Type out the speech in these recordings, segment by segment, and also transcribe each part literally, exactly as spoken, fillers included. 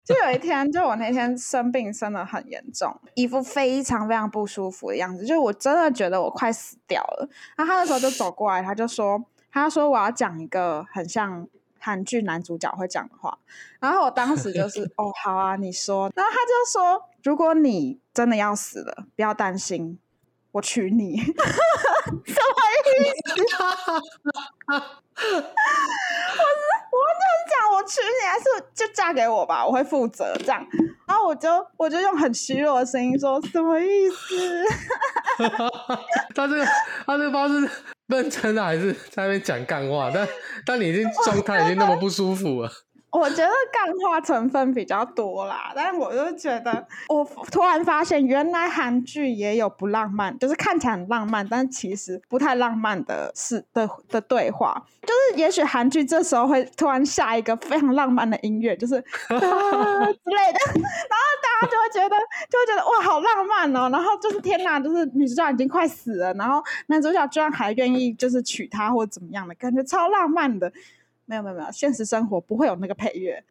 就有一天，就我那天生病生得很严重，一副非常非常不舒服的样子，就我真的觉得我快死掉了。然后他那时候就走过来，他就说，他说我要讲一个很像韩剧男主角会讲的话。然后我当时就是哦，好啊，你说。然后他就说，如果你真的要死了，不要担心，我娶你。什么意思？我是我就是讲我娶你，还是就嫁给我吧，我会负责这样。然后我就我就用很虚弱的声音说，什么意思？ 他这个他这个包是认真的还是在那边讲干话？但但你已经状态已经那么不舒服了。 我觉得干话成分比较多啦，但是我就觉得，我突然发现原来韩剧也有不浪漫，就是看起来很浪漫，但其实不太浪漫的事的的对话，就是也许韩剧这时候会突然下一个非常浪漫的音乐，就是啊之类的，然后大家就会觉得就会觉得哇好浪漫哦，然后就是天哪，就是女主角已经快死了，然后男主角居然还愿意就是娶她或怎么样的，感觉超浪漫的。没有没有没有，现实生活不会有那个配乐。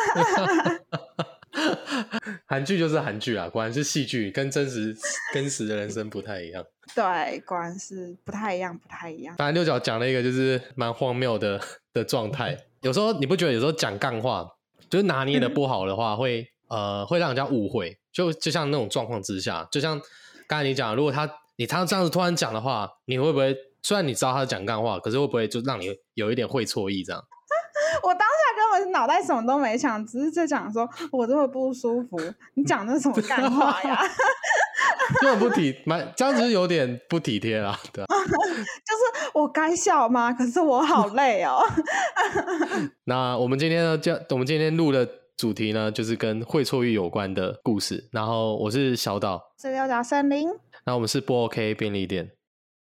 韩剧就是韩剧啊，果然是戏剧，跟真实真实的人生不太一样。 对，果然是不太一样，不太一样。 当然，六角讲了一个就是蛮荒谬的的状态。有时候你不觉得有时候讲干话，就是拿捏的不好的话，会呃会让人家误会。就就像那种状况之下，就像刚才你讲，如果他你他这样子突然讲的话，你会不会？虽然你知道他讲干话，可是会不会就让你有一点会错意这样？ 我当下根本是脑袋什么都没想，只是在讲说我这么不舒服，你讲的什么干话呀？ 就很不体，蛮这样子有点不体贴啦，对、啊。 就是我该笑吗？可是我好累哦。 那我们今天呢，就我们今天录的主题呢，就是跟会错意有关的故事。然后我是小岛， 是六角森林， 那我们是不 OK 便利店。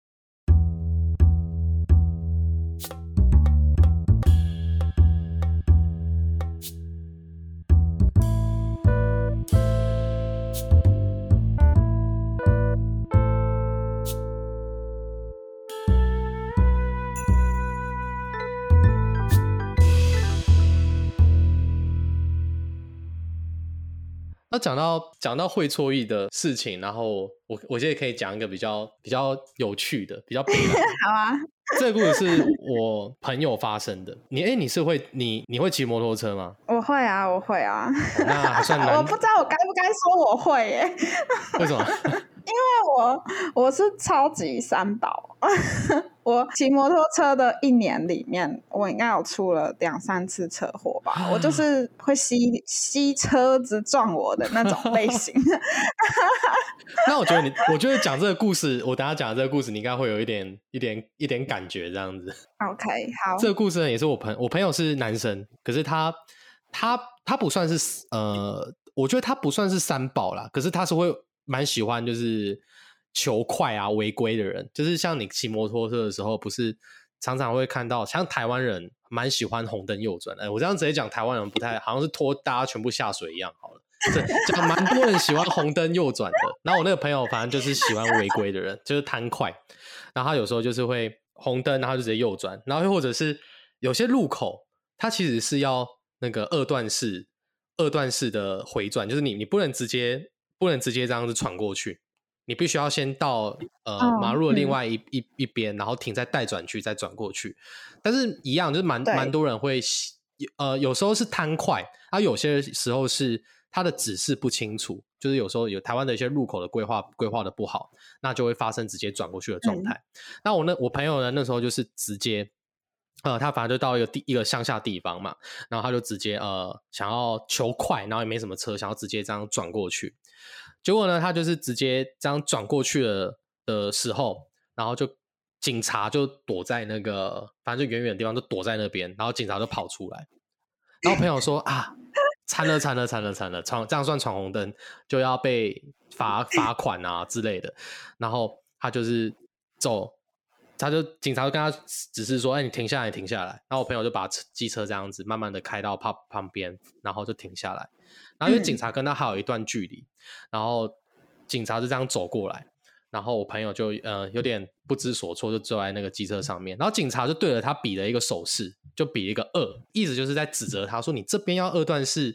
那讲到讲到会错意的事情，然后我我现在可以讲一个比较比较有趣的，比较北蓝的。 好啊。 这个故事是我朋友发生的。你哎，你是会你你会骑摩托车吗？ 我会啊，我会啊。 那还算难。 我不知道我该不该说我会耶。 为什么？ 因为我我是超级三宝。我骑摩托车的一年里面，我应该有出了两三次车祸吧。我就是会吸吸车子撞我的那种类型。 那我觉得你，我觉得讲这个故事，我等一下讲这个故事，你应该会有一点一点一点感觉这样子。 OK， 好。 这个故事呢，也是我朋我朋友是男生，可是他他他不算是呃，我觉得他不算是三宝啦，可是他是会蛮喜欢就是求快啊违规的人，就是像你骑摩托车的时候，不是常常会看到像台湾人蛮喜欢红灯右转。哎，我这样直接讲台湾人不太好像是拖大家全部下水一样好了。讲蛮多人喜欢红灯右转的，然后我那个朋友反正就是喜欢违规的人，就是贪快，然后他有时候就是会红灯，然后就直接右转，然后又或者是有些路口，它其实是要那个二段式、二段式的回转，就是你你不能直接不能直接这样子闯过去，你必须要先到呃马路的另外一、哦嗯、一一边，然后停在待转区再转过去。但是一样，就是蛮蛮多人会呃有时候是贪快，啊有些时候是它的指示不清楚，就是有时候有台湾的一些路口的规划规划的不好，那就会发生直接转过去的状态。嗯、那我那我朋友呢那时候就是直接。呃，他反正就到一个地一个乡下地方嘛，然后他就直接呃想要求快，然后也没什么车，想要直接这样转过去。结果呢，他就是直接这样转过去了的时候，然后就警察就躲在那个反正就远远的地方就躲在那边，然后警察就跑出来，然后朋友说啊，惨了惨了惨了惨了，闯这样算闯红灯就要被罚罚款啊之类的，然后他就是走。他就警察就跟他指示说：“哎、欸，你停下来，停下来。”然后我朋友就把机车这样子慢慢的开到旁旁边，然后就停下来。然后因为警察跟他还有一段距离，然后警察就这样走过来，然后我朋友就呃有点不知所措，就坐在那个机车上面。然后警察就对着他比了一个手势，就比了一个二，意思就是在指责他说：“你这边要二段式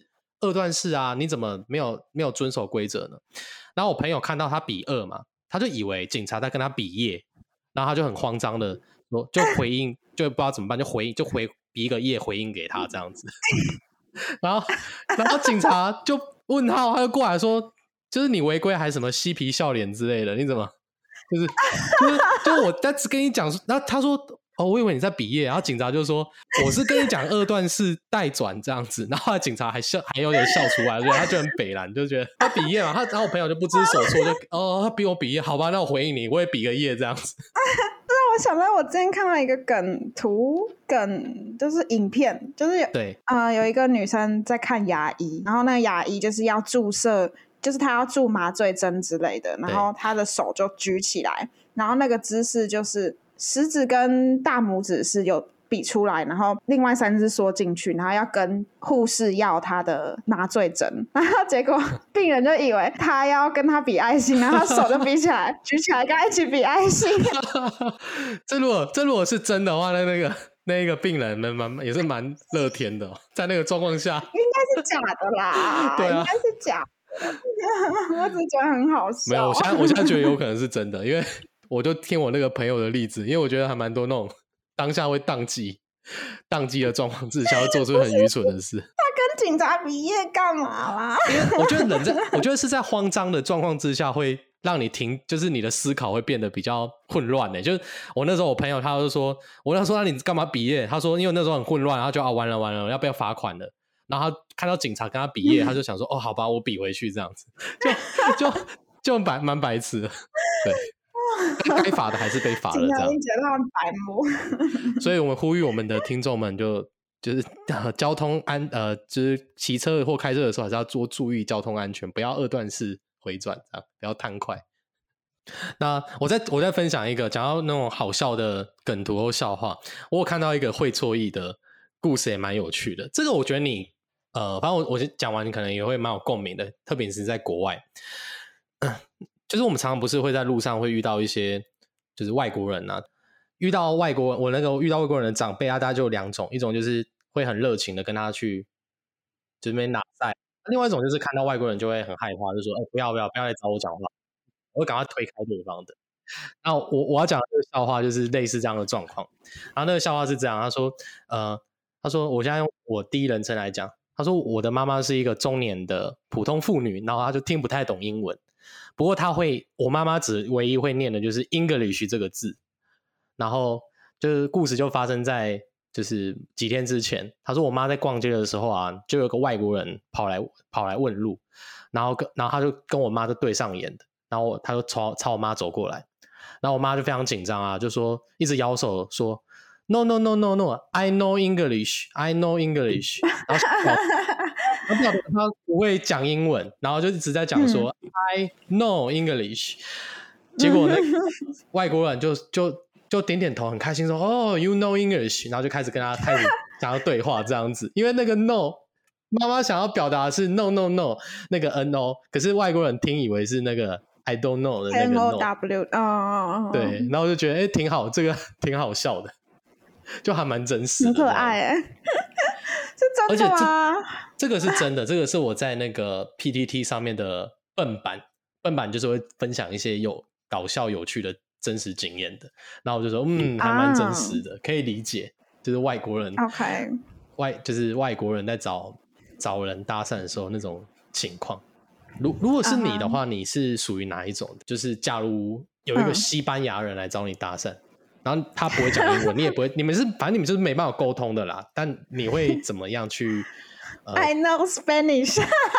二段式啊，你怎么没有没有遵守规则呢？然后我朋友看到他比二嘛，他就以为警察在跟他比耶，然后他就很慌张的就回应，就不知道怎么办，就回应就回比一个耶回应给他这样子。然后然后警察就问号，他就过来说，就是你违规还是什么嬉皮笑脸之类的，你怎么就是就是就我在跟你讲，然后他说哦，我以为你在比耶，然后警察就说我是跟你讲二段式带转这样子，然后警察还笑还有点笑出来，所以他就很北蓝，就觉得他比耶嘛，他然后我朋友就不知所措，就哦他比我比耶，好吧，那我回应你，我也比个耶这样子。 让我想到我之前看到一个梗图梗，就是影片，就是有对呃有一个女生在看牙医，然后那个牙医就是要注射，就是她要注麻醉针之类的，然后她的手就举起来，然后那个姿势就是食指跟大拇指是有比出来，然后另外三只缩进去，然后要跟护士要他的麻醉针，然后结果病人就以为他要跟他比爱心，然后他手就比起来举起来跟他一起比爱心。 这如果这如果是真的话，那那个那个病人们蛮也是蛮乐天的、哦，在那个状况下应该是假的啦。对啊，应该是假的。我只觉得很好笑。 没有，我现在我现在觉得有可能是真的，因为我就听我那个朋友的例子，因为我觉得还蛮多那种当下会宕机宕机的状况之下，会做出很愚蠢的事。 他跟警察比耶干嘛啦？ 因为我觉得人在，我觉得是在慌张的状况之下，会让你停，就是你的思考会变得比较混乱呢。就是我那时候我朋友他就说，我那时候那你干嘛比耶？他说因为那时候很混乱，然后就啊完了完了，要不要罚款了？然后他看到警察跟他比耶，他就想说哦好吧，我比回去这样子，就就就白蛮白痴的，对，该罚的还是被罚了，这样。 警察已经觉得他们白目。 所以我们呼吁我们的听众们就，就就是、呃、交通安呃，就是骑车或开车的时候还是要多注意交通安全，不要二段式回转，这样不要贪快。那我再我再分享一个讲到那种好笑的梗图或笑话，我有看到一个会错意的故事，也蛮有趣的。这个我觉得你呃，反正我我讲完，你可能也会蛮有共鸣的，特别是在国外。嗯，就是我们常常不是会在路上会遇到一些就是外国人啊，遇到外国我那个遇到外国人的长辈啊，大家就有两种，一种就是会很热情的跟他去就是那边拿菜，另外一种就是看到外国人就会很害怕，就说哎、欸、不要不要不要来找我讲话，我会赶快推开对方的。那我我要讲的这个笑话就是类似这样的状况。然后那个笑话是这样，他说呃他说我现在用我第一人称来讲，他说我的妈妈是一个中年的普通妇女，然后她就听不太懂英文，不过她会，我妈妈只唯一会念的就是 English 这个字。然后就是故事就发生在就是几天之前，他说我妈在逛街的时候啊，就有个外国人跑来跑来问路，然后跟然后他就跟我妈就对上眼的，然后他就朝朝我妈走过来，然后我妈就非常紧张啊，就说一直摇手说 No no no no no I know English I know English 然后他不晓得他不会讲英文，然后就一直在讲说、嗯、I know English， 结果那外国人就就就点点头很开心说哦 You know English， 然后就开始跟他开始想要对话这样子，因为那个 no 妈妈想要表达的是 no no no 那个 no， 可是外国人听以为是那个 I don't know 的那个 no N O W 哦， 对，然后就觉得哎、欸、挺好，这个挺好笑的，就还蛮真实的， 很可爱哎，是真的吗？ 这, 这个是真的，这个是我在那个 P T T 上面的笨版，笨版就是会分享一些有搞笑有趣的真实经验的，然后我就说嗯还蛮真实的、啊、可以理解，就是外国人 OK 外就是外国人在找找人搭讪的时候那种情况。如如果是你的话、uh-huh. 你是属于哪一种的？就是假如有一个西班牙人来找你搭讪、嗯、然后他不会讲英文你也不会，你们是反正你们就是没办法沟通的啦，但你会怎么样去、呃、 I know Spanish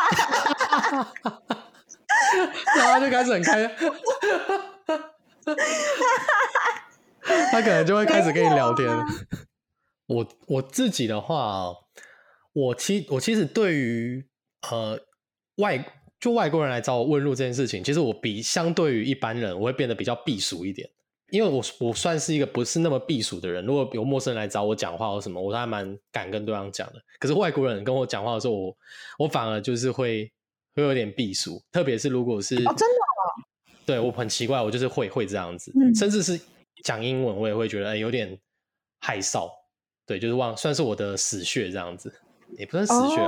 然后他就开始很开他可能就会开始跟你聊天、啊、我我自己的话我其我其实对于呃外就外国人来找我问路这件事情，其实我比相对于一般人我会变得比较避俗一点，因为我我算是一个不是那么避俗的人，如果有陌生人来找我讲话或什么我还蛮敢跟对方讲的，可是外国人跟我讲话的时候我我反而就是会会有点避俗，特别是如果是哦真的哦， 对我很奇怪我就是会会这样子、嗯、甚至是讲英文我也会觉得、欸、有点害臊，对，就是忘算是我的死穴这样子，也不算死穴啊、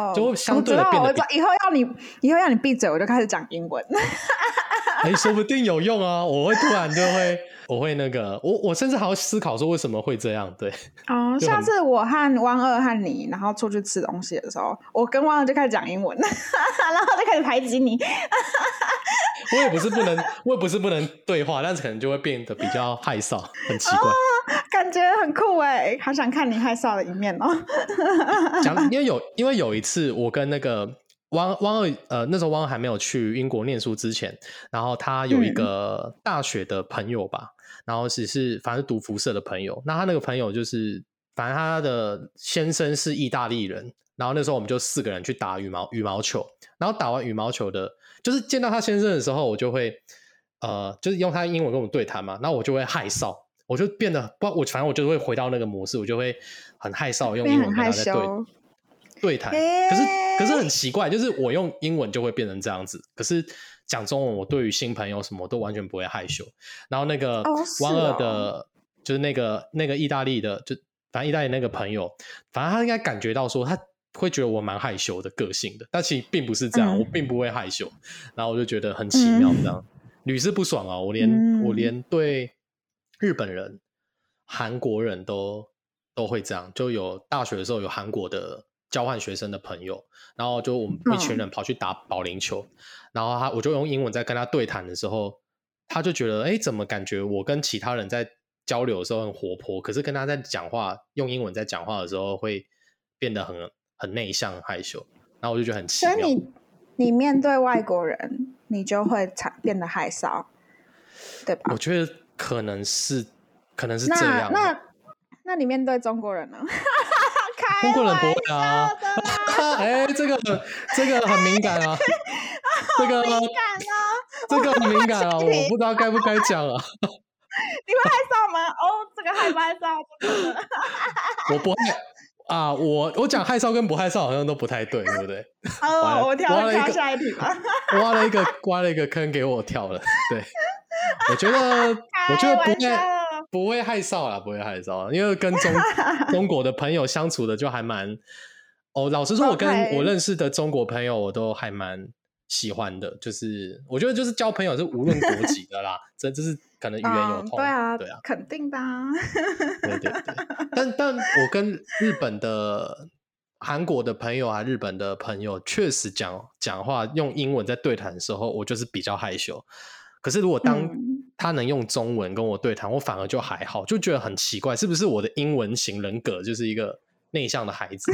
哦， 就相对的变得我知道，我以后要你以后要你闭嘴，我就开始讲英文。 哎，说不定有用啊！我会突然就会，我会那个，我我甚至还要思考说为什么会这样。对， 哦，下次我和汪二和你，然后出去吃东西的时候，我跟汪二就开始讲英文，然后就开始排挤你。 我也不是不能，我也不是不能对话，但是可能就会变得比较害臊，很奇怪。哦， 感觉很酷哎，好想看你害臊的一面哦。 讲，因为有因为有一次我跟那个。汪汪二呃，那时候汪二还没有去英国念书之前，然后他有一个大学的朋友吧，嗯、然后只是反正读辐射的朋友。那他那个朋友就是，反正他的先生是意大利人，然后那时候我们就四个人去打羽毛羽毛球，然后打完羽毛球的，就是见到他先生的时候，我就会呃，就是用他英文跟我们对谈嘛，然后我就会害臊，我就变得不，我反正我就会回到那个模式，我就会很害臊，用英文跟他在对。对谈，可是可是很奇怪，就是我用英文就会变成这样子，可是讲中文，我对于新朋友什么都完全不会害羞。然后那个汪二的，哦哦、就是那个那个意大利的，就反正意大利那个朋友，反正他应该感觉到说，他会觉得我蛮害羞的个性的，但其实并不是这样，嗯、我并不会害羞。然后我就觉得很奇妙，这样屡试不爽啊！我连、嗯、我连对日本人、韩国人都都会这样，就有大学的时候有韩国的。交换学生的朋友，然后就我们一群人跑去打保龄球，嗯、然后他我就用英文在跟他对谈的时候，他就觉得哎，怎么感觉我跟其他人在交流的时候很活泼，可是跟他在讲话用英文在讲话的时候会变得很很内向很害羞，然后我就觉得很奇妙。 所以你你面对外国人，你就会变得害臊，对吧？ 我觉得可能是可能是这样。 那那那你面对中国人呢？ 中国人不会啊！哎、欸，这个这个很敏感啊，这个敏感啊， 这个很敏感啊，我不知道该不该讲啊。 你会害臊吗？哦，这个害不害臊？ 我不会啊，我我讲害臊跟不害臊好像都不太对，对不对？ 哦，我跳跳下一题吧。 挖了一个挖了一个坑给我跳了，对，我觉得我觉得不会。不会害臊啦，不会害臊啦，因为跟中中国的朋友相处的就还蛮哦。老实说，我跟我认识的中国朋友，我都还蛮喜欢的。就是我觉得，就是交朋友是无论国籍的啦，这这是可能语言有通， 嗯、对啊， 对啊， 肯定的、啊。 对对对，但但我跟日本的、韩国的朋友啊，日本的朋友，确实讲讲话用英文在对谈的时候，我就是比较害羞。可是如果当他能用中文跟我对谈，我反而就还好，就觉得很奇怪，是不是我的英文型人格就是一个内向的孩子？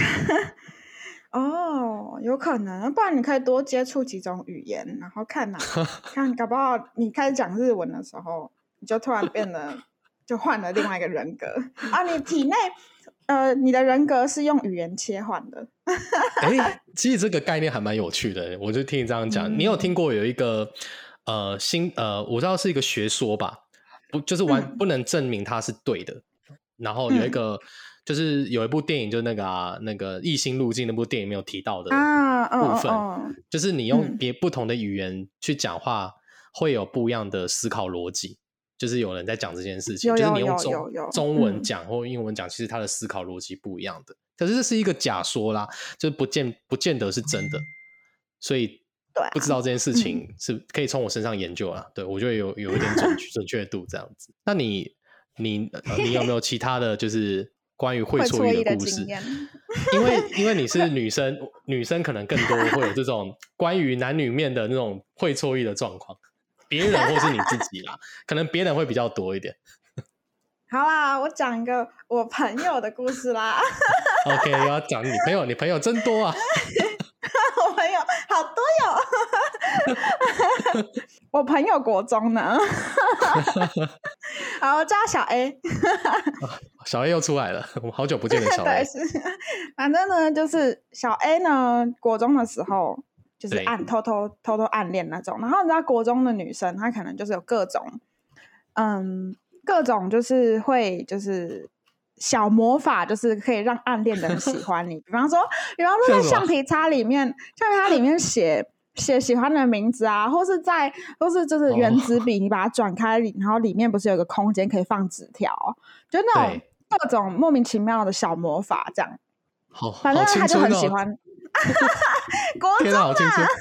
哦，有可能，不然你可以多接触几种语言，然后看哪看，搞不好你开始讲日文的时候，你就突然变得就换了另外一个人格啊！你体内呃，你的人格是用语言切换的。 哎，其实这个概念还蛮有趣的，我就听你这样讲、嗯。你有听过有一个？呃，新呃，我知道是一个学说吧，不就是完、嗯、不能证明它是对的。然后有一个、嗯、就是有一部电影，就是那个啊，那个《异星路径》那部电影没有提到的部分， 啊哦哦、 就是你用别不同的语言去讲话，会有不一样的思考逻辑。就是有人在讲这件事情，就是你用中中文讲或英文讲，其实它的思考逻辑不一样的。可是这是一个假说啦，就是不见不见得是真的，所以。 对啊、 不知道这件事情是可以从我身上研究啦、嗯、对，我觉得有有一点准准确度这样子。那你你、呃、你有没有其他的就是关于会错意的故事？因为因为你是女生，女生可能更多会有这种关于男女面的那种会错意的状况，别人或是你自己啦，可能别人会比较多一点。 好啦，我讲一个我朋友的故事啦。 OK， 要讲你朋友，你朋友真多啊。 我朋友好多哟。我朋友国中呢。好，我叫小 A。 小 A 又出来了，我们好久不见的小 A。 对，是，反正呢，就是小 A 呢，国中的时候就是暗偷偷偷偷暗恋那种。然后你知道，国中的女生她可能就是有各种，嗯，各种就是会就是小魔法，就是可以让暗恋的人喜欢你。比方说，比方说在橡皮擦里面，橡皮擦里面写。写喜欢的名字啊，或是在或是就是原子笔，你把它转开，然后里面不是有个空间可以放纸条，就那种各种莫名其妙的小魔法这样。 好， 反正他就很喜欢， 国中天啊，好青春！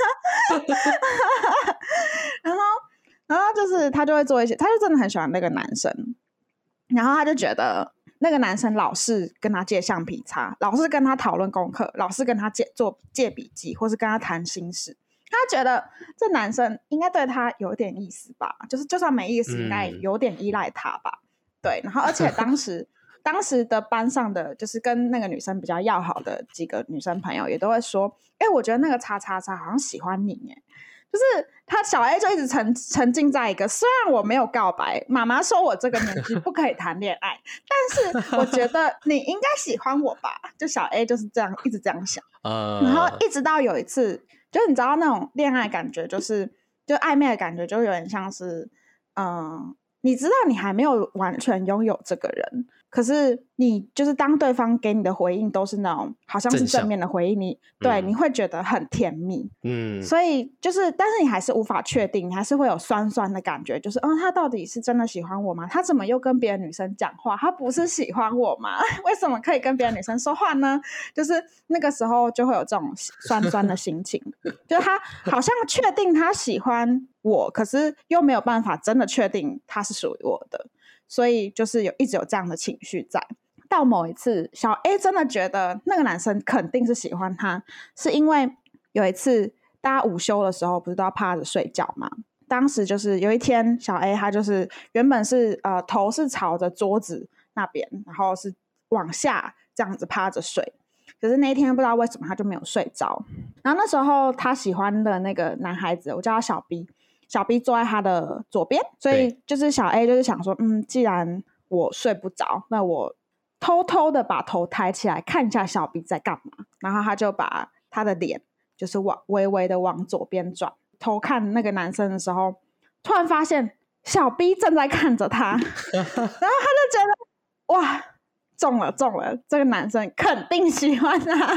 然后，然后就是他就会做一些，他就真的很喜欢那个男生，然后他就觉得那个男生老是跟他借橡皮擦，老是跟他讨论功课，老是跟他借做借笔记，或是跟他谈心事。他觉得这男生应该对他有点意思吧，就是就算没意思，应该有点依赖他吧。嗯、对，然后而且当时。当时的班上的就是跟那个女生比较要好的几个女生朋友也都会说，哎、欸，我觉得那个叉叉叉好像喜欢你耶。就是他小 A 就一直沉沉浸在一个，虽然我没有告白，妈妈说我这个年纪不可以谈恋爱，但是我觉得你应该喜欢我吧。就小 A 就是这样一直这样想，呃、然后一直到有一次，就是你知道那种恋爱感觉，就是就暧昧的感觉，就有点像是，嗯、呃，你知道你还没有完全拥有这个人。可是你就是当对方给你的回应都是那种好像是正面的回应，你对、嗯、你会觉得很甜蜜，嗯，所以就是但是你还是无法确定，你还是会有酸酸的感觉，就是嗯，他到底是真的喜欢我吗？他怎么又跟别的女生讲话？他不是喜欢我吗？为什么可以跟别的女生说话呢？就是那个时候就会有这种酸酸的心情，就是他好像确定他喜欢我，可是又没有办法真的确定他是属于我的。所以就是有一直有这样的情绪在，到某一次小 A 真的觉得那个男生肯定是喜欢他，是因为有一次大家午休的时候不是都要趴着睡觉吗？当时就是有一天小 A 他就是原本是呃头是朝着桌子那边，然后是往下这样子趴着睡，可是那一天不知道为什么他就没有睡着，然后那时候他喜欢的那个男孩子我叫他小 B，小 B 坐在他的左边，所以就是小 A 就是想说，嗯，既然我睡不着，那我偷偷的把头抬起来看一下小 B 在干嘛，然后他就把他的脸就是往微微的往左边转，偷看那个男生的时候，突然发现小 B 正在看着他，然后他就觉得哇，中了中了，这个男生肯定喜欢他，反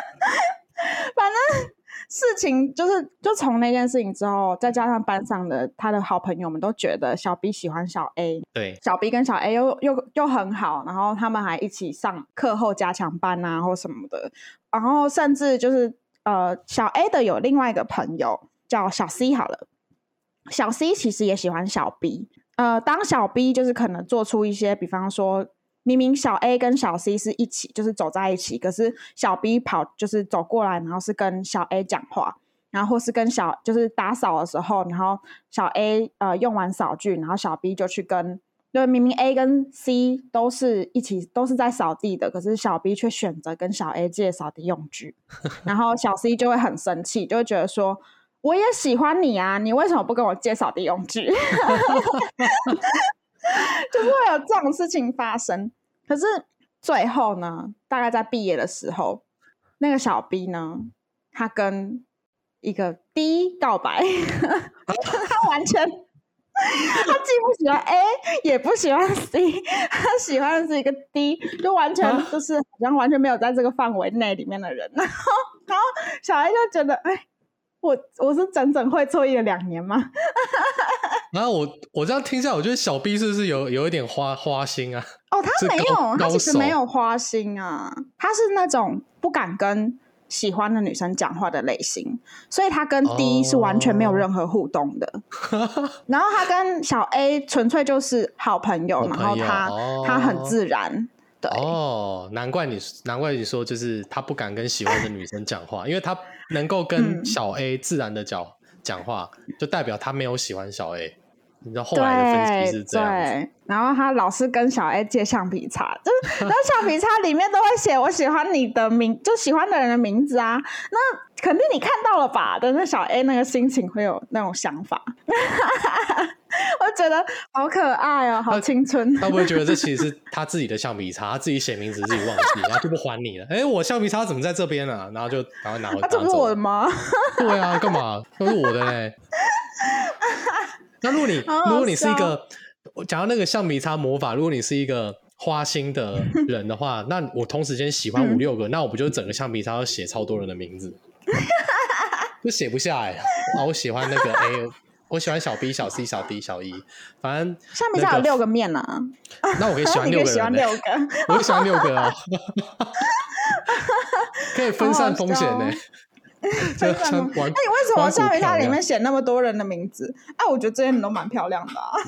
正。事情就是就从那件事情之后，再加上班上的他的好朋友们都觉得小 B 喜欢小 A， 对，小 B 跟小 A 又又又很好，然后他们还一起上课后加强班啊或什么的，然后甚至就是呃小 A 的有另外一个朋友叫小 C 好了，小 C 其实也喜欢小 B， 呃，当小 B 就是可能做出一些，比方说。明明小 A 跟小 C 是一起，就是走在一起，可是小 B 跑就是走过来，然后是跟小 A 讲话，然后或是跟小就是打扫的时候，然后小 A 呃用完扫具，然后小 B 就去跟，就明明 A 跟 C 都是一起都是在扫地的，可是小 B 却选择跟小 A 借扫地用具，然后小 C 就会很生气，就会觉得说我也喜欢你啊，你为什么不跟我借扫地用具？就是会有这种事情发生，可是最后呢，大概在毕业的时候，那个小 B 呢，他跟一个 D 告白，他完全，他既不喜欢 A， 也不喜欢 C， 他喜欢的是一个 D， 就完全就是好像完全没有在这个范围内里面的人，然后，然后小 A 就觉得，哎。我我是整整会错意了两年吗？ 然后我我这样听下来，我觉得小 B 是不是有有一点花花心啊？ 哦，他没有，他其实没有花心啊，他是那种不敢跟喜欢的女生讲话的类型，所以他跟 D 是完全没有任何互动的。哦、然后他跟小 A 纯粹就是好朋友，然后他、哦、他很自然。对哦，难怪你难怪你说就是他不敢跟喜欢的女生讲话，因为他能够跟小 A 自然的讲讲话，嗯、就代表他没有喜欢小 A。你知道后来的分析是这样子。 对，然后他老是跟小 A 借橡皮擦，就是那橡皮擦里面都会写我喜欢你的名，就喜欢的人的名字啊。那肯定你看到了吧？但是小 A 那个心情会有那种想法。我觉得好可爱哦，好青春。 他不会觉得这其实是他自己的橡皮擦，他自己写名字自己忘记，然后就不还你了。哎，我橡皮擦怎么在这边啊？然后就然后拿回拿走。 这不是我的吗？ 对啊，干嘛？都是我的嘞。那如果你如果你是一个讲到那个橡皮擦魔法，如果你是一个花心的人的话，那我同时间喜欢五六个，嗯、那我不就整个橡皮擦要写超多人的名字，就写不下来啊！我喜欢那个 A， 我喜欢小 B、小 C、小 D、小 E， 反正、那個、 橡皮擦有六个面啊， 那我可以喜欢六个人、欸， 你可以喜欢六个， 我可以喜欢六个哦。 可以分散风险呢、欸。 分散风险。哎，你为什么鲨鱼它里面写那么多人的名字？哎、啊，我觉得这些人都蛮漂亮的啊。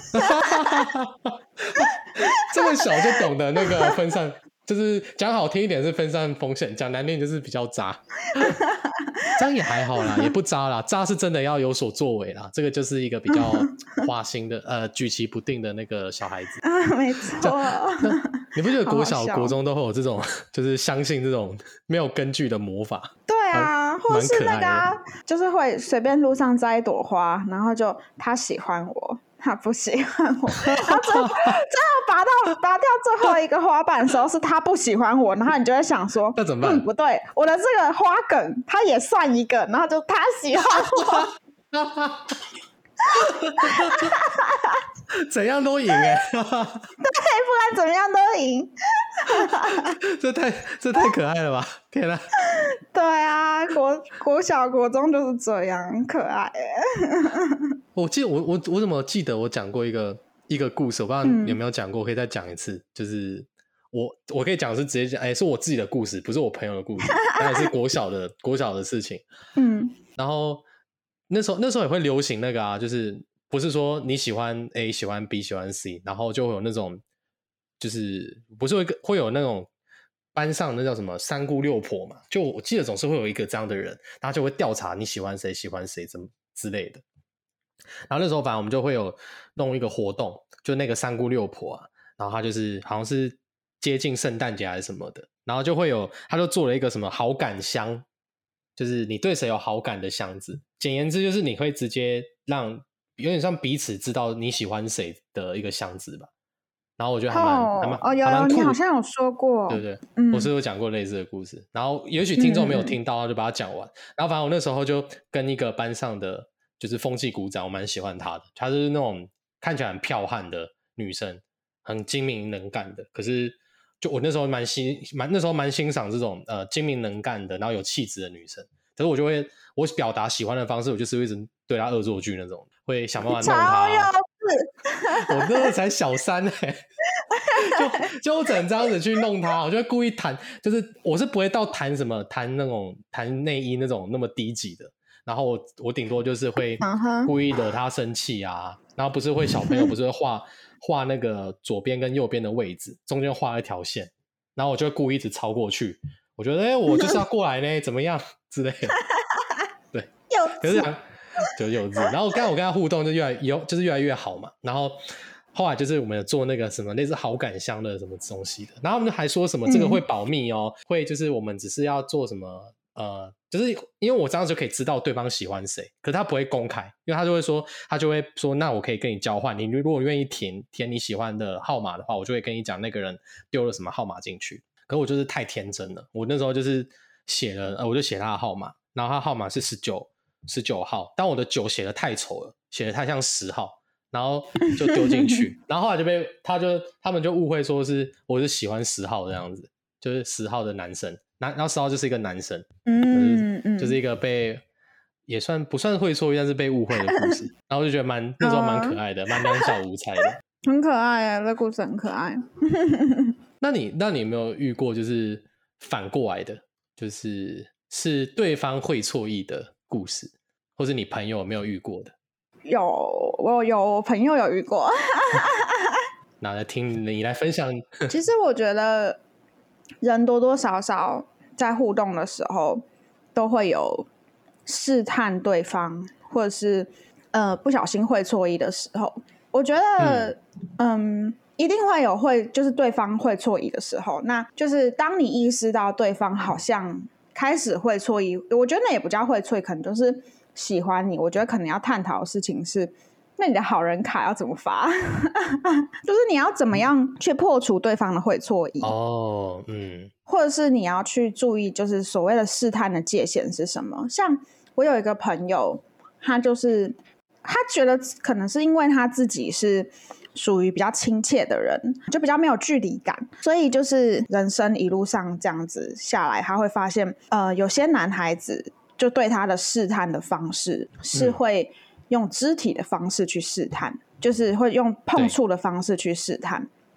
这么小就懂得那个分散，就是讲好听一点是分散风险，讲难听就是比较渣。这样也还好啦，也不渣啦，渣是真的要有所作为啦。这个就是一个比较花心的，呃，举棋不定的那个小孩子啊，没错。 你不觉得国小、国中都会有这种，就是相信这种没有根据的魔法？ 对啊，或是那个、啊，就是会随便路上摘一朵花，然后就他喜欢我。他不喜欢我，然后最后最后拔到拔掉最后一个花瓣的时候，是他不喜欢我，然后你就会想说， 那怎么办？ 嗯，不对，我的这个花梗，他也算一个，然后就他喜欢我， 怎样都赢哎、欸， 对，不管怎么样都赢， 这太这太可爱了吧！天哪， 对啊，国国小国中就是这样，很可爱哎。 我记得我我我怎么记得我讲过一个一个故事，我不知道你有没有讲过，我可以再讲一次。就是我我可以讲的是直接讲，哎、欸，是我自己的故事，不是我朋友的故事，当然是国小的国小的事情。嗯，然后那时候那时候也会流行那个啊，就是不是说你喜欢 A 喜欢 B 喜欢 C， 然后就会有那种就是不是会会有那种班上那叫什么三姑六婆嘛，就我记得总是会有一个这样的人，然后就会调查你喜欢谁喜欢谁怎么之类的。然后那时候反正我们就会有弄一个活动，就那个三姑六婆啊，然后他就是好像是接近圣诞节还是什么的，然后就会有他就做了一个什么好感箱，就是你对谁有好感的箱子，简言之就是你会直接让有点像彼此知道你喜欢谁的一个箱子吧。然后我觉得还蛮、oh, 还蛮哦，有有，你好像有说过， 对不对？嗯，我是有讲过类似的故事，然后也许听众没有听到，嗯、就把它讲完。然后反正我那时候就跟一个班上的就是风纪股长，我蛮喜欢她的，她就是那种看起来很剽悍的女生，很精明能干的。可是就我那时候蛮欣蛮那时候蛮欣赏这种呃精明能干的，然后有气质的女生。可是我就会我表达喜欢的方式，我就是会一直对她恶作剧那种，会想办法弄她。我那时候才小三哎、欸，就就我只能这样子去弄他，我就会故意弹，就是我是不会到弹什么弹那种弹内衣那种那么低级的，然后我我顶多就是会故意惹他生气啊，然后不是会小朋友不是会画画那个左边跟右边的位置，中间画一条线，然后我就会故意一直超过去，我觉得哎、欸、我就是要过来呢，怎么样之类的，对，可是就幼稚，然后刚才我跟他互动就越来越就是越来越好嘛，然后后来就是我们有做那个什么类似好感箱的什么东西的，然后我们还说什么这个会保密哦、嗯，会就是我们只是要做什么呃，就是因为我这样就可以知道对方喜欢谁，可是他不会公开，因为他就会说他就会说那我可以跟你交换，你如果愿意填填你喜欢的号码的话，我就会跟你讲那个人丢了什么号码进去。可是我就是太天真了，我那时候就是写了，呃，我就写他的号码，然后他号码是十九十九号，但我的九写的太丑了，写的太像十号，然后就丢进去，然后后来就被他就他们就误会说是我是喜欢十号这样子，就是十号的男生，然后十号就是一个男生，嗯嗯，就是一个被也算不算会错意，但是被误会的故事，然后就觉得蛮那时候蛮可爱的，蛮两小无猜的， 很可爱啊，这故事很可爱。 那你那你有没有遇过就是反过来的，就是是对方会错意的故事，或是你朋友有没有遇过的？ 有，我有朋友有遇过。 那来听你来分享。 其实我觉得人多多少少在互动的时候都会有试探对方，或者是呃不小心会错意的时候。我觉得嗯, 嗯一定会有会就是对方会错意的时候，那就是当你意识到对方好像开始会错意，我觉得那也不叫会错意，可能就是喜欢你。我觉得可能要探讨的事情是，那你的好人卡要怎么发？就是你要怎么样去破除对方的会错意哦，嗯， 或者是你要去注意，就是所谓的试探的界限是什么？像我有一个朋友，他就是他觉得可能是因为他自己是属于比较亲切的人，就比较没有距离感，所以就是人生一路上这样子下来，他会发现呃，有些男孩子就对他的试探的方式是会用肢体的方式去试探、嗯、就是会用碰触的方式去试探，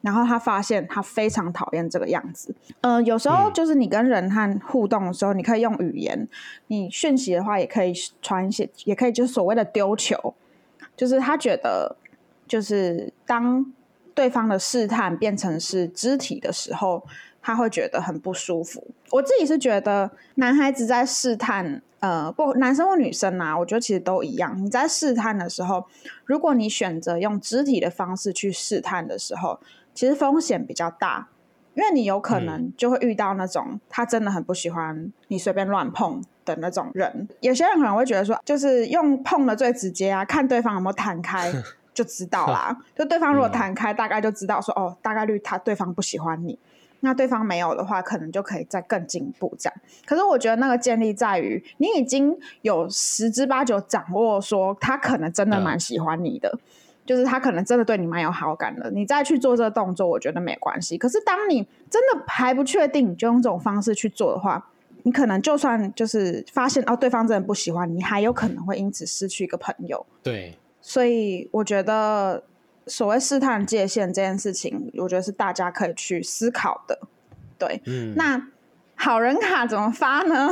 然后他发现他非常讨厌这个样子。呃，有时候就是你跟人和互动的时候，你可以用语言，你讯息的话也可以传一些，也可以就是所谓的丢球，就是他觉得就是当对方的试探变成是肢体的时候，他会觉得很不舒服。我自己是觉得男孩子在试探，呃，不，男生或女生啊，我觉得其实都一样。你在试探的时候，如果你选择用肢体的方式去试探的时候，其实风险比较大，因为你有可能就会遇到那种他真的很不喜欢你随便乱碰的那种人。有些人可能会觉得说，就是用碰的最直接啊，看对方有没有弹开就知道啦。就对方如果弹开，大概就知道说，哦，大概率他对方不喜欢你。那对方没有的话，可能就可以再更进一步这样。可是我觉得那个建立在于你已经有十之八九掌握说他可能真的蛮喜欢你的、嗯、就是他可能真的对你蛮有好感的，你再去做这个动作我觉得没关系。可是当你真的还不确定，你就用这种方式去做的话，你可能就算就是发现哦对方真的不喜欢你，还有可能会因此失去一个朋友。 对， 所以我觉得所谓试探界限这件事情，我觉得是大家可以去思考的。对，嗯、那好人卡怎么发呢？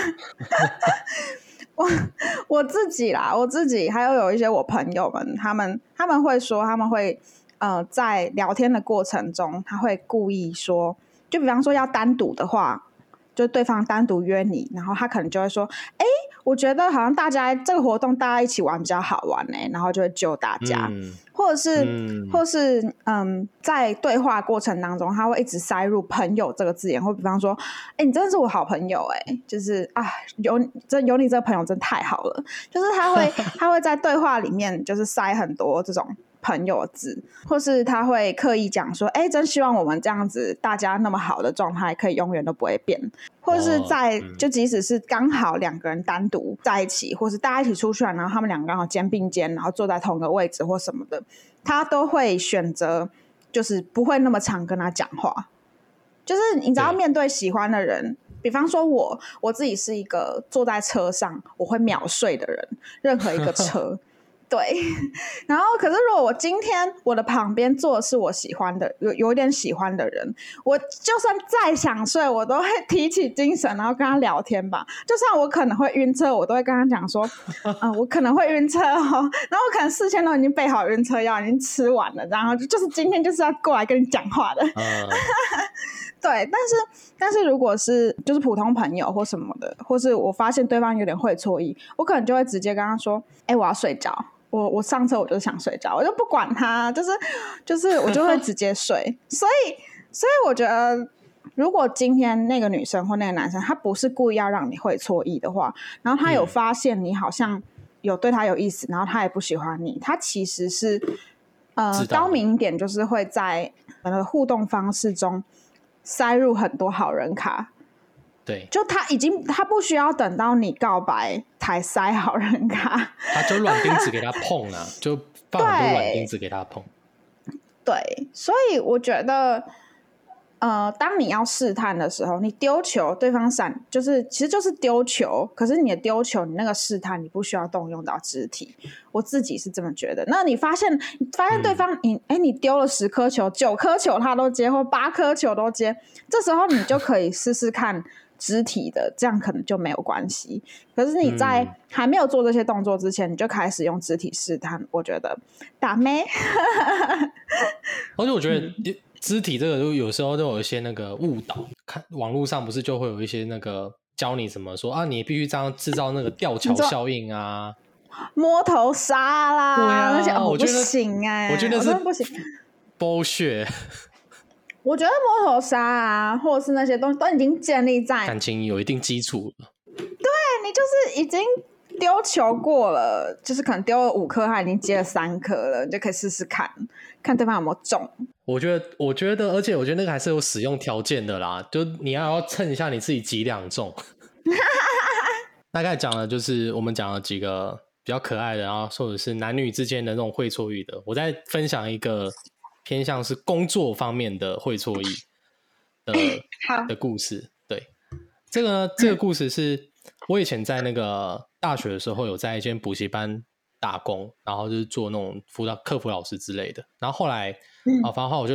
我我自己啦，我自己还有有一些我朋友们，他们他们会说，他们会呃在聊天的过程中，他会故意说，就比方说要单独的话，就对方单独约你，然后他可能就会说，哎。我觉得好像大家这个活动大家一起玩比较好玩欸，然后就会揪大家、嗯、或者是、嗯、或是嗯，在对话过程当中他会一直塞入朋友这个字眼，或比方说哎，你真的是我好朋友欸，就是啊有真有你这个朋友真太好了，就是他会他会在对话里面就是塞很多这种朋友字，或是他会刻意讲说哎，真希望我们这样子大家那么好的状态可以永远都不会变，或者是在、哦嗯、就即使是刚好两个人单独在一起，或是大家一起出去，然后他们两个刚好肩并肩，然后坐在同一个位置或什么的，他都会选择就是不会那么常跟他讲话。就是你知道面对喜欢的人，比方说我我自己是一个坐在车上我会秒睡的人，任何一个车对，然后可是如果我今天我的旁边坐的是我喜欢的有有点喜欢的人，我就算再想睡我都会提起精神然后跟他聊天吧，就算我可能会晕车我都会跟他讲说、呃、我可能会晕车哦，然后我可能事先都已经备好晕车药已经吃完了，然后就是今天就是要过来跟你讲话的、uh... 对，但是但是如果是就是普通朋友或什么的，或是我发现对方有点会错意，我可能就会直接跟他说哎、欸，我要睡觉，我我上车我就想睡觉，我就不管他，就是就是我就会直接睡所以所以我觉得如果今天那个女生或那个男生他不是故意要让你会错意的话，然后他有发现你好像有对他有意思，然后他也不喜欢你，他其实是呃高明一点，就是会在呃互动方式中塞入很多好人卡。 对， 就他已经他不需要等到你告白才塞好人卡， 他就软钉子给他碰啊就放很多软钉子给他碰。 对，所以我觉得呃，当你要试探的时候，你丢球对方闪，就是其实就是丢球，可是你的丢球你那个试探你不需要动用到肢体，我自己是这么觉得。那你发现你发现对方、嗯、你哎你丢了十颗球九颗球他都接，或八颗球都接，这时候你就可以试试看肢体的，这样可能就没有关系。可是你在还没有做这些动作之前、嗯、你就开始用肢体试探，我觉得打咩而且我觉得、嗯、肢体这个有时候都有一些那个误导，看网络上不是就会有一些那个教你怎么说啊，你必须这样制造那个吊桥效应啊， 摸头杀啦， 对啊， 那些、哦、 我觉得不行哎、欸， 我觉得是不行 bullshit。 我觉得摸头杀啊，或者是那些东西都已经建立在感情有一定基础了。 对，你就是已经丢球过了，就是可能丢了五颗，他已经接了三颗了，你就可以试试看，看对方有没有中。 我觉得，我觉得，而且我觉得那个还是有使用条件的啦，就你要要称一下你自己几两重。大概讲的就是我们讲了几个比较可爱的，然后或者是男女之间的那种会错意的。我再分享一个偏向是工作方面的会错意的的故事。对，这个呢，这个故事是我以前在那个大学的时候有在一间补习班打工，然后就是做那种辅导客服老师之类的。然后后来啊，反正后来我就离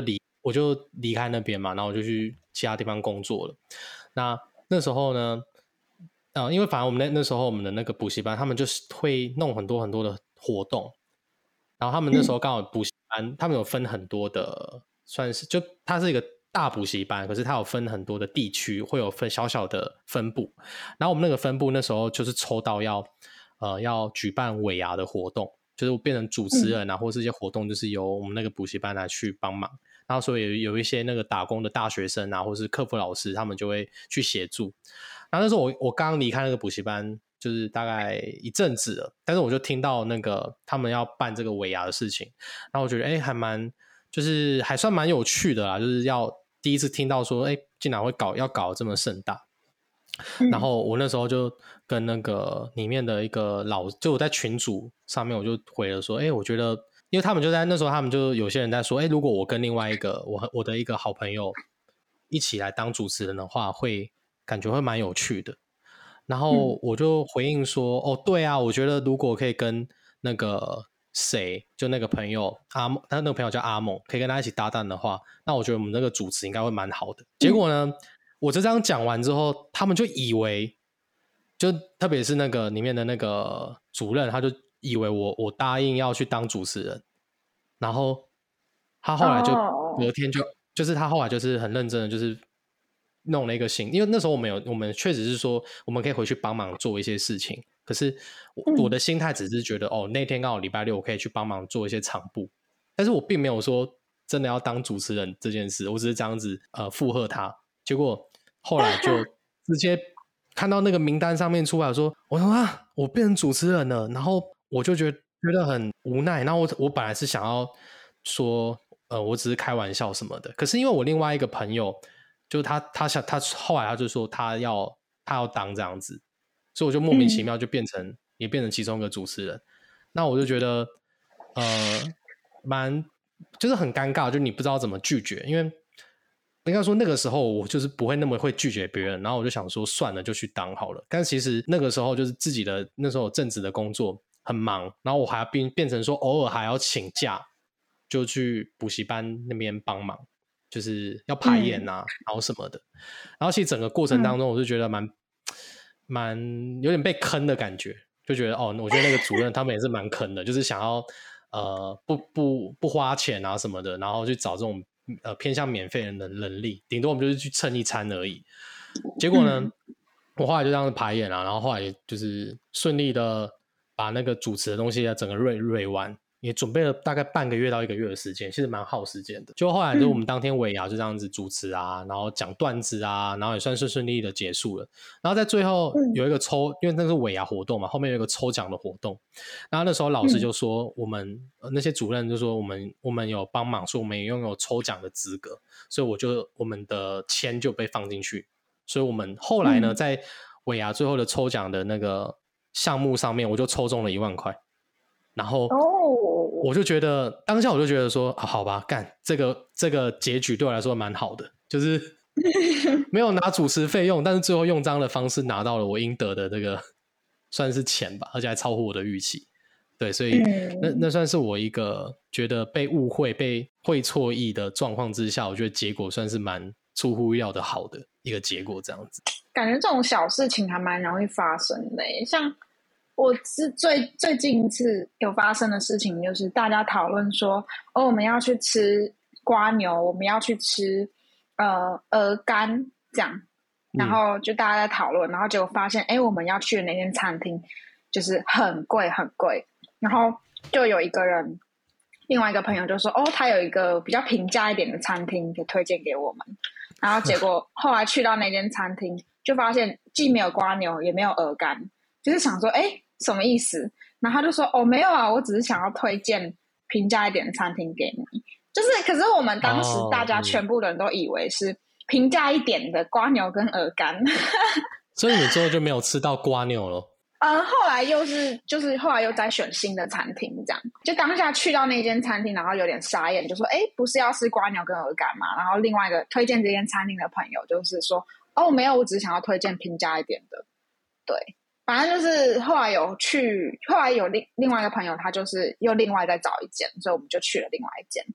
我就离开那边嘛，然后我就去其他地方工作了。那那时候呢，呃，因为反正我们那那时候我们的那个补习班，他们就是会弄很多很多的活动，然后他们那时候刚好补习班，嗯、他们有分很多的，算是就它是一个大补习班，可是它有分很多的地区，会有分小小的分部。然后我们那个分部那时候就是抽到要呃要举办尾牙的活动，就是变成主持人啊，嗯、或是一些活动，就是由我们那个补习班来去帮忙。然后所以有一些那个打工的大学生啊，或是客服老师，他们就会去协助。然后那时候我我刚离开那个补习班，就是大概一阵子了，但是我就听到那个他们要办这个尾牙的事情，然后我觉得哎，还蛮就是还算蛮有趣的啦，就是要第一次听到说哎，竟然会搞要搞这么盛大。嗯、然后我那时候就跟那个里面的一个老，就我在群组上面我就回了说，哎，我觉得。因为他们就在那时候，他们就有些人在说，哎，如果我跟另外一个我我的一个好朋友一起来当主持人的话，会感觉会蛮有趣的。然后我就回应说，嗯、哦，对啊，我觉得如果可以跟那个谁，就那个朋友阿梦，他那个朋友叫阿梦，可以跟他一起搭档的话，那我觉得我们那个主持应该会蛮好的。嗯、结果呢，我就这样讲完之后，他们就以为，就特别是那个里面的那个主任，他就。以为我我答应要去当主持人，然后他后来就隔天就、oh. 就是他后来就是很认真的就是弄了一个行，因为那时候我们有我们确实是说我们可以回去帮忙做一些事情，可是 我,、嗯、我的心态只是觉得哦那天刚好礼拜六我可以去帮忙做一些场部，但是我并没有说真的要当主持人这件事，我只是这样子呃附和他，结果后来就直接看到那个名单上面出来说，我说啊我变成主持人了，然后我就觉得觉得很无奈，然后 我, 我本来是想要说呃我只是开玩笑什么的，可是因为我另外一个朋友就他他想他后来他就说他要他要当这样子，所以我就莫名其妙就变成、嗯、也变成其中一个主持人，那我就觉得呃蛮就是很尴尬，就你不知道怎么拒绝，因为应该说那个时候我就是不会那么会拒绝别人，然后我就想说算了就去当好了，但其实那个时候就是自己的那时候正职的工作很忙，然后我还要变变成说偶尔还要请假就去补习班那边帮忙，就是要排演啊、嗯、然后什么的，然后其实整个过程当中我就觉得蛮蛮、嗯、有点被坑的感觉，就觉得哦我觉得那个主任他们也是蛮坑的，就是想要呃不不不花钱啊什么的，然后去找这种呃偏向免费的能力，顶多我们就是去蹭一餐而已，结果呢、嗯、我后来就这样子排演啊，然后后来就是顺利的把那个主持的东西整个蕊蕊完，也准备了大概半个月到一个月的时间，其实蛮耗时间的。就后来就我们当天尾牙就这样子主持啊、嗯、然后讲段子啊，然后也算顺顺利的结束了，然后在最后有一个抽、嗯、因为那是尾牙活动嘛，后面有一个抽奖的活动，然后那时候老师就说我们、嗯、那些主任就说我们我们有帮忙，说我们也拥有抽奖的资格，所以我就我们的签就被放进去，所以我们后来呢、嗯、在尾牙最后的抽奖的那个项目上面我就抽中了一万块，然后我就觉得、oh. 当下我就觉得说、啊、好吧干这个这个结局对我来说蛮好的，就是没有拿主持费用，但是最后用这样的方式拿到了我应得的这个算是钱吧，而且还超乎我的预期，对，所以那那算是我一个觉得被误会被会错意的状况之下，我觉得结果算是蛮出乎意料的好的一个结果，这样子感觉这种小事情还蛮容易发生的耶，像我是最最近一次有发生的事情，就是大家讨论说，哦，我们要去吃蝸牛，我们要去吃呃鹅肝这样，然后就大家在讨论，然后结果发现，哎，我们要去的那间餐厅就是很贵很贵，然后就有一个人，另外一个朋友就说，哦，他有一个比较平价一点的餐厅可以推荐给我们，然后结果后来去到那间餐厅，就发现既没有蝸牛也没有鹅肝，就是想说，哎。什么意思？然后他就说哦没有啊，我只是想要推荐平价一点的餐厅给你，就是可是我们当时大家全部人都以为是平价一点的蝸牛跟鹅肝所以你最后就没有吃到蝸牛了？ 呃，后来又是就是后来又在选新的餐厅，这样就当下去到那间餐厅，然后有点傻眼，就说哎，不是要吃蝸牛跟鹅肝吗？然后另外一个推荐这间餐厅的朋友就是说哦没有，我只是想要推荐平价一点的，对。反正就是后来有去，后来有另另外一个朋友，他就是又另外再找一间，所以我们就去了另外一间。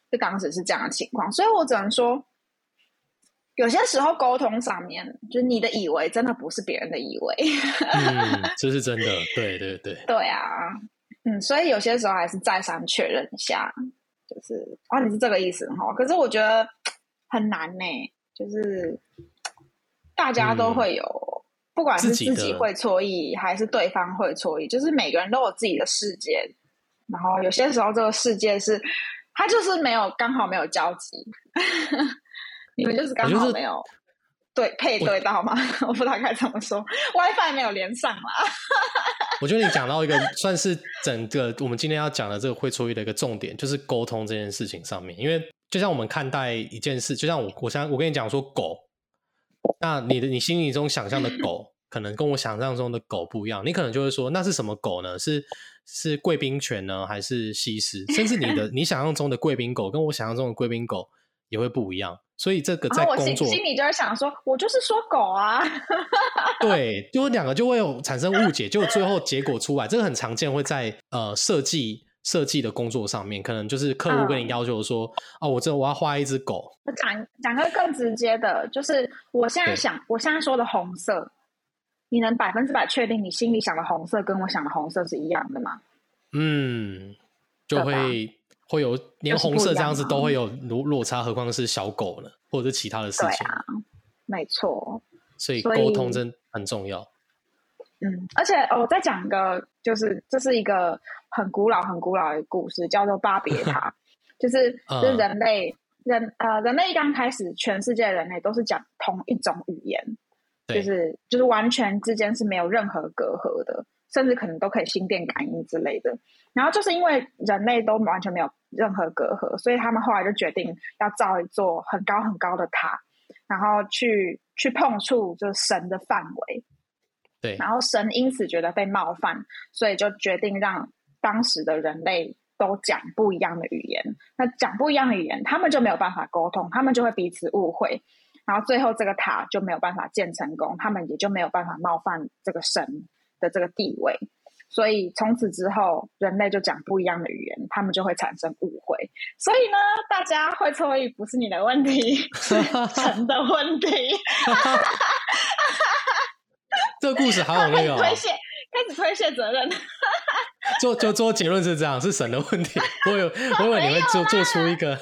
就当时是这样的情况，所以我只能说，有些时候沟通上面，就是你的以为真的不是别人的以为。 嗯，这是真的，对对对， 对啊，嗯，所以有些时候还是再三确认一下，就是哦，你是这个意思哈。可是我觉得很难呢，就是大家都会有。嗯，不管是自己会错意还是对方会错意，就是每个人都有自己的世界，然后有些时候这个世界是他就是没有刚好没有交集。你们就是刚好没有对配对到吗？ 我, 我不知道该怎么说， WiFi 没有连上啦。 我觉得你讲到一个算是整个我们今天要讲的这个会错意的一个重点，就是沟通这件事情上面。因为就像我们看待一件事，就像我我想我跟你讲说狗，那你的你心里中想象的狗可能跟我想象中的狗不一样，你可能就会说那是什么狗呢？是是贵宾犬呢，还是西施？甚至你的你想象中的贵宾狗跟我想象中的贵宾狗也会不一样。所以这个在工作， 然后我 心, 心里就会想说，我就是说狗啊。 对，就两个就会有产生误解，就最后结果出来，这个很常见，会在呃设计设计的工作上面，可能就是客户跟你要求说，嗯、哦，我这我要画一只狗。 讲讲个更直接的，就是我现在想，我现在说的红色，你能百分之百确定你心里想的红色跟我想的红色是一样的吗？ 嗯，就会会有连红色这样子都会有落差，何况是小狗呢，或者是其他的事情。 对啊，没错。 所以沟通真很重要。 嗯，而且我再讲一个，就是这是一个很古老很古老的故事，叫做巴别塔。就是就是人类、嗯、人呃人类刚开始，全世界的人类都是讲同一种语言，就是就是完全之间是没有任何隔阂的，甚至可能都可以心电感应之类的。然后就是因为人类都完全没有任何隔阂，所以他们后来就决定要造一座很高很高的塔，然后去去碰触就神的范围。 对， 然后神因此觉得被冒犯，所以就决定让当时的人类都讲不一样的语言。那讲不一样的语言，他们就没有办法沟通，他们就会彼此误会，然后最后这个塔就没有办法建成功，他们也就没有办法冒犯这个神的这个地位。所以从此之后，人类就讲不一样的语言，他们就会产生误会。所以呢，大家会错意不是你的问题，是神的问题。 这个故事好有那个、哦、 开始推卸，开始推卸责任。 就就做结论是这样，是神的问题。我有，我以为你会做做出一个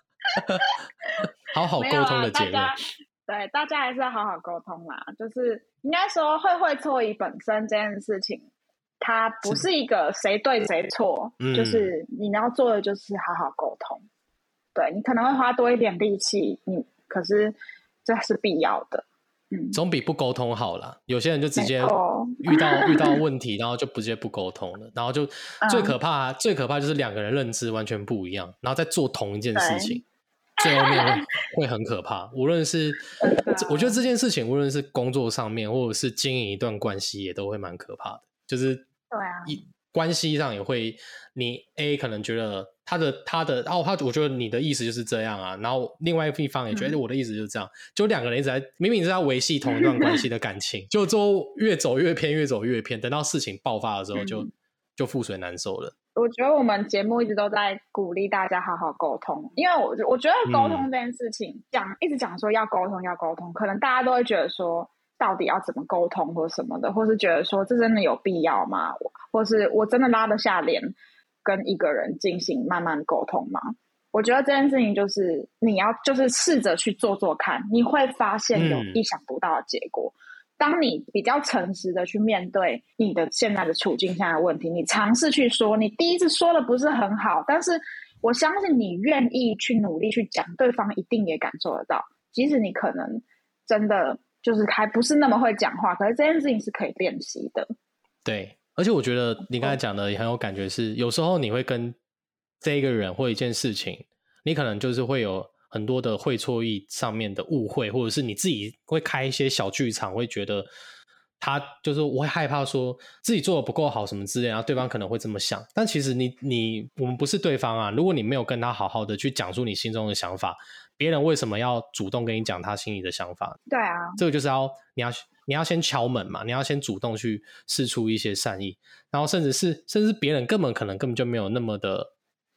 好好沟通的结论。 对，大家还是要好好沟通啦。就是应该说，会会错意本身这件事情，它不是一个谁对谁错，就是你要做的就是好好沟通。对，你可能会花多一点力气，你可是这是必要的。嗯， 总比不沟通好啦。有些人就直接遇到遇到问题，然后就直接不沟通了，然后就最可怕、嗯、最可怕就是两个人认知完全不一样，然后再做同一件事情，最后面 会, 会很可怕。无论是我觉得这件事情，无论是工作上面，或者是经营一段关系，也都会蛮可怕的。就是对啊， 关系上也会，你 A 可能觉得他的他的哦，他我觉得你的意思就是这样啊，然后另外一方也觉得、嗯、我的意思就是这样，就两个人一直在明明是在维系同一段关系的感情，就之后越走越偏，越走越偏，等到事情爆发的时候就，就、嗯、就覆水难收了。 我觉得我们节目一直都在鼓励大家好好沟通，因为我我觉得沟通这件事情，讲、嗯、一直讲说要沟通要沟通，可能大家都会觉得说，到底要怎么沟通或什么的，或是觉得说这真的有必要吗？或是我真的拉得下脸跟一个人进行慢慢沟通吗？我觉得这件事情就是你要就是试着去做做看，你会发现有意想不到的结果。嗯、当你比较诚实的去面对你的现在的处境下的问题，你尝试去说，你第一次说的不是很好，但是我相信你愿意去努力去讲，对方一定也感受得到。即使你可能真的就是还不是那么会讲话，可是这件事情是可以练习的。 对，而且我觉得你刚才讲的也很有感觉是，有时候你会跟这一个人或一件事情，你可能就是会有很多的会错意上面的误会，或者是你自己会开一些小剧场，会觉得他就是我会害怕说自己做的不够好什么之类，然后对方可能会这么想，但其实你你我们不是对方啊，如果你没有跟他好好的去讲出你心中的想法，别人为什么要主动跟你讲他心里的想法？ 对啊， 这个就是要你要你要先敲门嘛，你要先主动去释出一些善意，然后甚至是甚至别人根本可能根本就没有那么的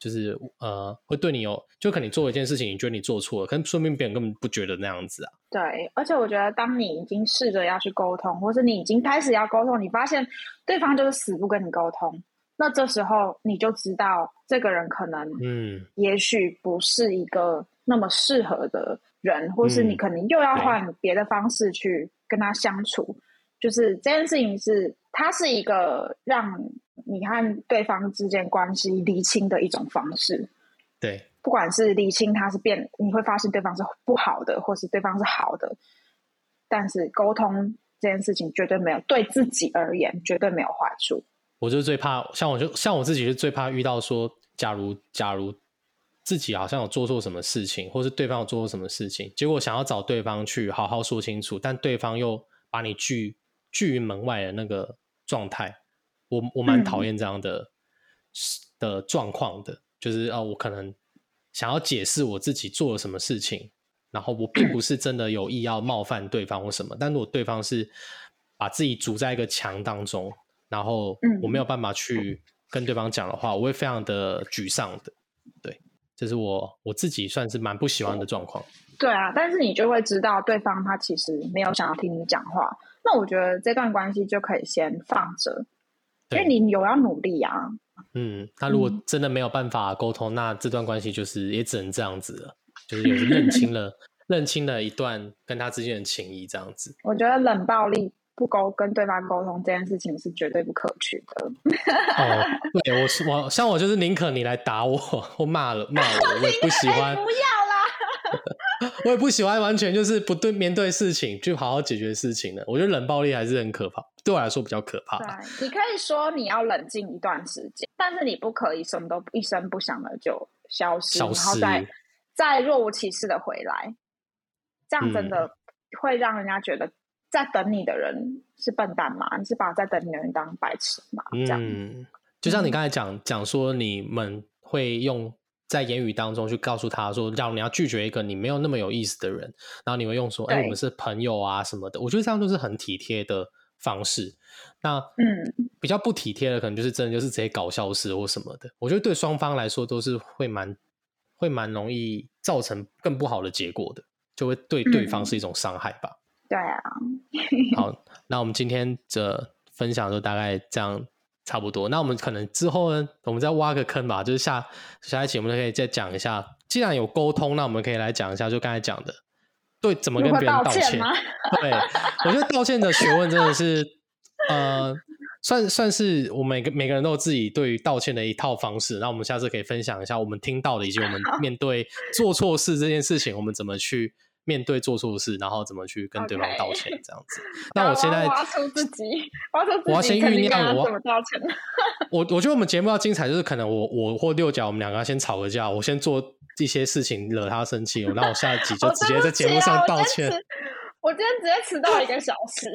就是呃，会对你有，就可能你做一件事情，你觉得你做错了，可能说明别人根本不觉得那样子啊。 对，而且我觉得当你已经试着要去沟通，或是你已经开始要沟通，你发现对方就是死不跟你沟通，那这时候你就知道这个人可能嗯，也许不是一个那么适合的人，或是你可能又要换别的方式去跟他相处。就是这件事情是它是一个让你和对方之间关系厘清的一种方式。 对， 不管是厘清它是变，你会发现对方是不好的，或是对方是好的，但是沟通这件事情绝对没有，对自己而言绝对没有坏处。 我就最怕，像我就像我自己就最怕遇到说，假如假如自己好像有做错什么事情，或是对方有做错什么事情，结果想要找对方去好好说清楚，但对方又把你拒拒于门外的那个状态，我我蛮讨厌这样的、嗯、的状况的。就是哦，我可能想要解释我自己做了什么事情，然后我并不是真的有意要冒犯对方或什么，但如果对方是把自己筑在一个墙当中，然后我没有办法去跟对方讲的话，我会非常的沮丧的。对，这是我我自己算是蛮不喜欢的状况。 对啊，但是你就会知道对方他其实没有想要听你讲话，那我觉得这段关系就可以先放着，因为你有要努力啊。 嗯，那如果真的没有办法沟通、嗯、那这段关系就是也只能这样子了，就是有认清了认清了一段跟他之间的情谊这样子。 我觉得冷暴力不沟跟对方沟通这件事情是绝对不可取的。 哦，对，我是我像我就是宁可你来打我或骂了骂我，我也不喜欢。 不要啦。 我也不喜欢完全就是不对面对事情就好好解决事情的。我觉得冷暴力还是很可怕，对我来说比较可怕。 对，你可以说你要冷静一段时间，但是你不可以什么都一声不响的就消失， 消失然后再再若无其事的回来，这样真的会让人家觉得在等你的人是笨蛋吗？你是把在等你的人当白痴吗？这样， 嗯，就像你刚才讲讲、嗯、说你们会用在言语当中去告诉他说，让你要拒绝一个你没有那么有意思的人，然后你会用说，哎、欸，我们是朋友啊什么的。我觉得这样就是很体贴的方式。那嗯，比较不体贴的可能就是真的就是直接搞消失或什么的。我觉得对双方来说都是会蛮会蛮容易造成更不好的结果的，就会对对方是一种伤害吧。 嗯、对啊。 好，那我们今天的分享就大概这样。差不多，那我们可能之后呢，我们再挖个坑吧，就是下下一期我们就可以再讲一下，既然有沟通，那我们可以来讲一下，就刚才讲的，对，怎么跟别人道歉？ 道歉对，我觉得道歉的学问真的是，呃，算算是我们每个每个人都有自己对于道歉的一套方式。那我们下次可以分享一下我们听到的，以及我们面对做错事这件事情，我们怎么去面对做错事，然后怎么去跟对方道歉，这样子。Okay. 那我现在挖出自己，挖出自己， 我要先酝酿我怎么道歉。 我我觉得我们节目要精彩，就是可能我我或六角我们两个要先吵个架，我先做一些事情惹他生气，然后我下一集就直接在节目上道歉。 哦、我今天直接迟到一个小时。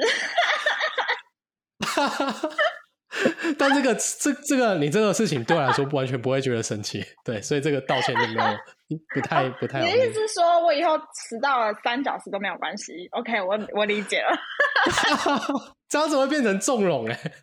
但这个这这个你这个事情对我来说完全不会觉得生气，对，所以这个道歉就没有不太不太。 你的意思是说我以后迟到了三小时都没有关系 ？OK， 我我理解了。 这样子会变成纵容哎、欸。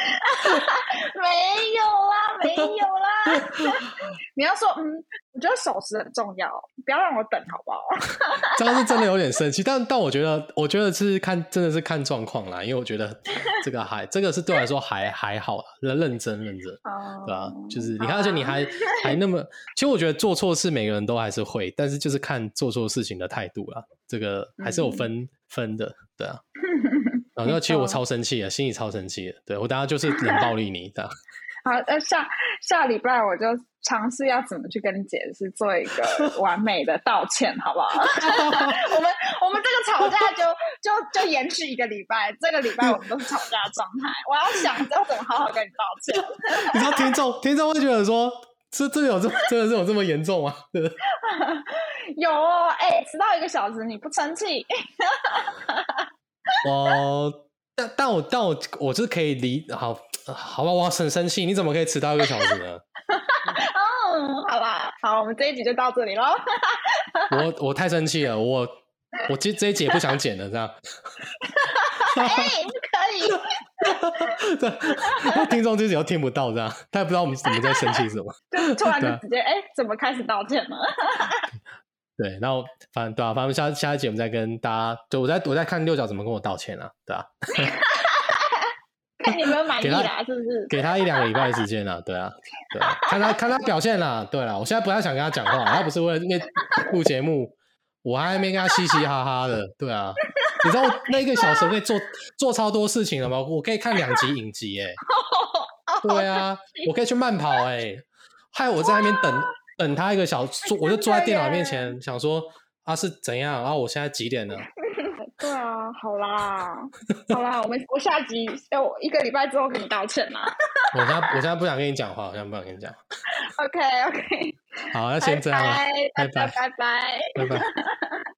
没有啦，没有啦。你要说嗯，我觉得守时很重要，不要让我等，好不好？ 这样是真的有点生气，但但我觉得，我觉得是看真的是看状况啦，因为我觉得这个还这个是对我来说还还好啦，认真认真，哦、对吧、啊？就是你看，而且你还还那么，其实我觉得做错事每个人都还是会，但是就是看做错事情的态度啦，这个还是有分、嗯、分的，对啊。然后其实我超生气的，心里超生气的，对我等下就是冷暴力你这样。 好，呃，下下礼拜我就尝试要怎么去跟你解释，做一个完美的道歉，好不好？我们我们这个吵架就就就延续一个礼拜，这个礼拜我们都是吵架的状态。我要想要怎么好好跟你道歉。 你知道听众听众会觉得说，这这有这真的是有这么严重吗？ 有哦，哎、欸，迟到一个小时你不生气？ 我但但我但我我就是可以理好好吧，我很生气，你怎么可以迟到一个小时呢？ 哦，好吧，好，我们这一集就到这里咯。 我我太生气了，我我这这一集也不想剪了，这样。 哎、欸，不可以。 这听众就是又听不到这样，他也不知道我们我们在生气什么， 就突然就直接哎、欸，怎么开始道歉了？ 对，然后反正对啊，反正下下一集我们再跟大家，就我在我在看六角怎么跟我道歉啊，对啊。 看你有没有满意啦，是不是？ 给他一两个礼拜的时间啦，对啊，对啊，看他看他表现啦，对啦，我现在不太想跟他讲话，他不是为了录节目，我还没跟他嘻嘻哈哈的，对啊，你知道那一个小时我可以做做超多事情了吗？我可以看两集影集哎、欸，对啊，我可以去慢跑哎、欸，害我在那边等等他一个小时，我就坐在电脑面前想说啊是怎样，然后我现在几点了？ 对啊，好啦，好啦，我们我下集呃，我一个礼拜之后跟你道歉啦。 我现在我现在不想跟你讲话，我现在不想跟你讲。 OK OK， 好，那先这样了， 拜拜拜拜拜拜拜拜。